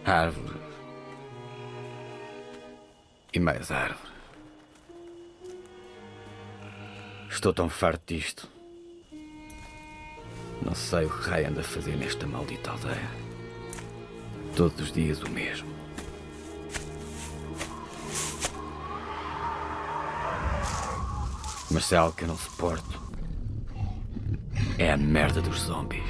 Árvore. E mais árvore. Estou tão farto disto. Não sei o que raio anda a fazer nesta maldita aldeia. Todos os dias o mesmo. Mas se há algo que eu não suporto, é a merda dos zombies.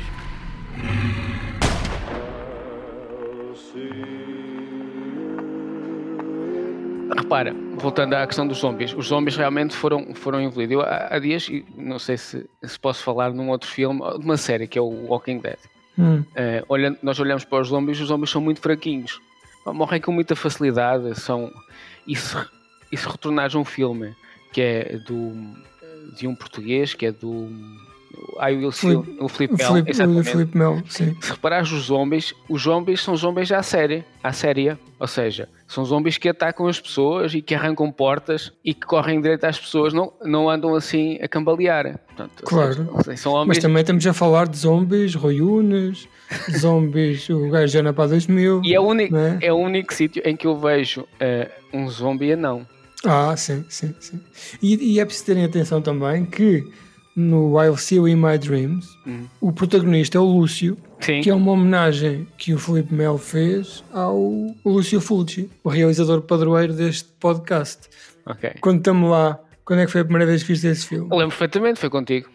Repara, voltando à questão dos zombies, os zombies realmente foram evoluídos. Eu há dias, e não sei se posso falar num outro filme, de uma série que é o Walking Dead. Nós olhamos para os zombies são muito fraquinhos. Morrem com muita facilidade. E se retornares a um filme que é de um português, que é do... o Filipe Melo, sim. Se reparares os zombies são zombies à série, ou seja, são zombies que atacam as pessoas e que arrancam portas e que correm direito às pessoas, não andam assim a cambalear. Portanto, claro, são zombies... mas também estamos a falar de zombies, Rui Unas, zombies, o gajo já na Pá 2000. E é o único sítio em que eu vejo um zombie anão. Sim. E é preciso terem atenção também que no I'll See You in My Dreams, o protagonista é o Lúcio, Sim. Que é uma homenagem que o Filipe Melo fez ao Lúcio Fulci, o realizador padroeiro deste podcast. Ok. Conta-me lá, quando é que foi a primeira vez que viste esse filme? Eu lembro perfeitamente, foi contigo.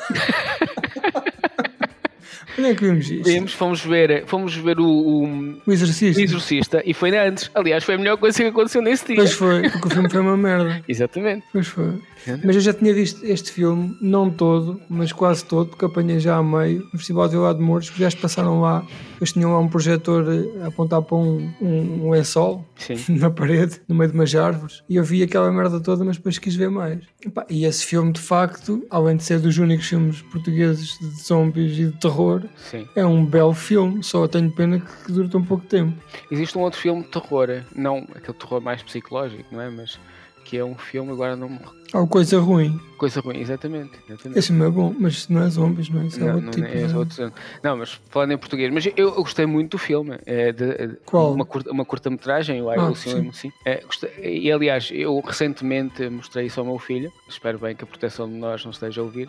Onde é que vimos isto? Fomos ver o Exorcista e foi antes. Aliás, foi a melhor coisa que aconteceu nesse dia. Pois foi, porque o filme foi uma merda. Exatamente. Pois foi. Mas eu já tinha visto este filme, não todo, mas quase todo, porque apanhei já a meio, no Festival de Vila de Mouros, que já se passaram lá. Eles tinham lá um projetor a apontar para um lençol na parede, no meio de umas árvores, e eu vi aquela merda toda, mas depois quis ver mais. E esse filme, de facto, além de ser dos únicos filmes portugueses de zombies e de terror, é um belo filme, só tenho pena que dure tão pouco tempo. Existe um outro filme de terror, não aquele terror mais psicológico, não é? Mas que é um filme, agora não me... Coisa Ruim. Coisa Ruim, exatamente. Esse filme é bom, mas não é zombies, não é? Isso é outro tipo. Não, mas falando em português, mas eu gostei muito do filme. Qual? Uma curta-metragem, o filme, sim. E aliás, eu recentemente mostrei isso ao meu filho. Espero bem que a proteção de nós não esteja a ouvir.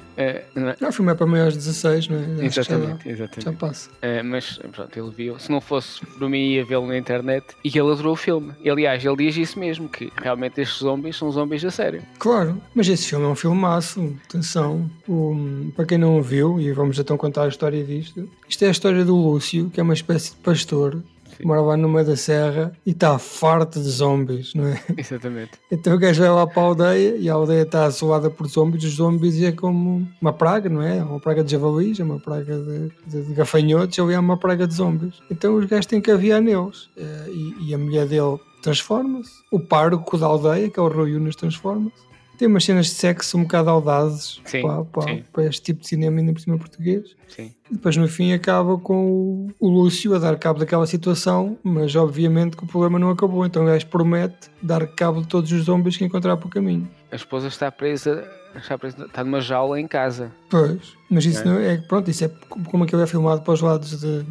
O filme é para maiores de 16, não é? Exatamente. Já passa. Mas pronto, ele viu. Se não fosse por mim, ia vê-lo na internet. E ele adorou o filme. E aliás, ele diz isso mesmo, que realmente estes zombies são zombies a sério. Claro, mas esse filme é um filmaço. Atenção, para quem não o viu, e vamos então contar a história disto. Isto é a história do Lúcio, que é uma espécie de pastor. Mora lá no meio da serra e está farto de zombies, não é? Exatamente. Então o gajo vai lá para a aldeia e a aldeia está assolada por zombies. Os zombies é como uma praga, não é? Uma praga de javalis, é uma praga de gafanhotos, ali é uma praga de zombies. Então os gajos têm que aviar neles. E a mulher dele transforma-se. O pároco da aldeia, que é o Rui Unas, transforma-se. Tem umas cenas de sexo um bocado audazes para este tipo de cinema, ainda por cima português. Sim. E depois no fim acaba com o Lúcio a dar cabo daquela situação, mas obviamente que o problema não acabou. Então o gajo promete dar cabo de todos os zombies que encontrar pelo caminho. A esposa está presa, está numa jaula em casa. Pois, mas isso não é. Pronto, isso é como aquilo é filmado para os lados de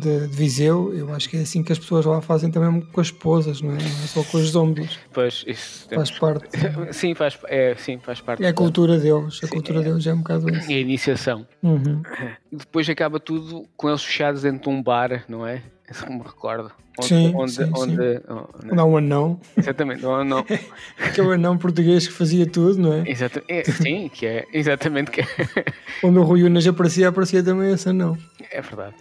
Viseu. Eu acho que é assim que as pessoas lá fazem também com as esposas, não é? Não é só com os zombies. Pois, isso faz parte. Sim, faz parte. É a cultura deles. A cultura deles é um bocado isso. É a iniciação. Depois acaba tudo com eles fechados dentro de um bar, não é? Isso me recordo. Onde há um anão. Exatamente, um anão. Aquele anão português que fazia tudo, não é? Sim, que é exatamente. Onde o Rui Unas aparecia também esse anão. É verdade.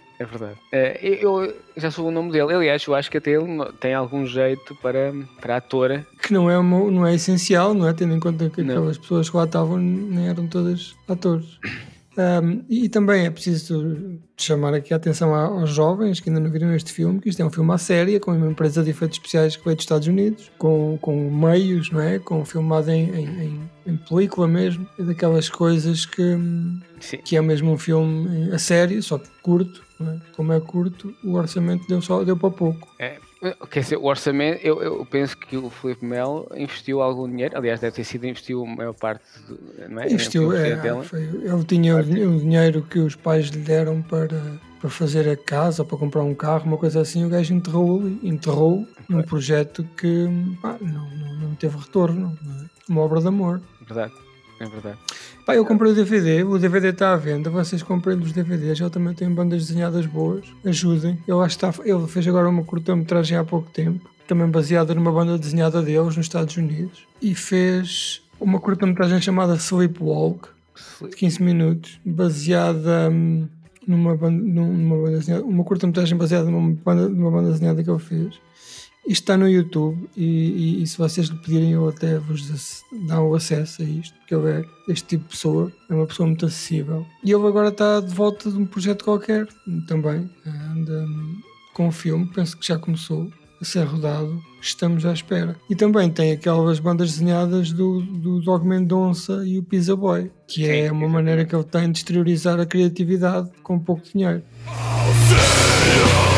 Eu já soube o nome dele. Aliás, eu acho que até ele tem algum jeito para ator. Que não é essencial, não é? Tendo em conta que aquelas pessoas que lá estavam nem eram todas atores. E também é preciso chamar aqui a atenção aos jovens que ainda não viram este filme, que isto é um filme à séria, com uma empresa de efeitos especiais que veio dos Estados Unidos, com meios, não é? Com filmado em película mesmo, é daquelas coisas que é mesmo um filme a sério, só que curto, não é? Como é curto, o orçamento deu para pouco. Quer dizer, o orçamento, eu penso que o Filipe Melo investiu algum dinheiro, aliás, deve ter sido investiu a maior parte, não é? Investiu, ele tinha o dinheiro que os pais lhe deram para fazer a casa, para comprar um carro, uma coisa assim. O gajo enterrou num projeto que não teve retorno, não é? Uma obra de amor. É verdade. Pá, eu comprei o DVD está à venda, vocês comprem os DVDs, ele também tem bandas desenhadas boas, ajudem. Ele fez agora uma curta-metragem há pouco tempo, também baseada numa banda desenhada deles nos Estados Unidos, e fez uma curta-metragem chamada Sleepwalk, de 15 minutos, baseada numa banda desenhada, uma curta-metragem baseada numa banda desenhada que ele fez. Isto está no YouTube e se vocês lhe pedirem eu até vos dar o acesso a isto, porque ele é este tipo de pessoa, é uma pessoa muito acessível. E ele agora está de volta de um projeto qualquer também, anda com um filme, penso que já começou a ser rodado, estamos à espera. E também tem aquelas bandas desenhadas do Dog Mendonça e o Pizza Boy, que é uma maneira que ele tem de exteriorizar a criatividade com pouco dinheiro.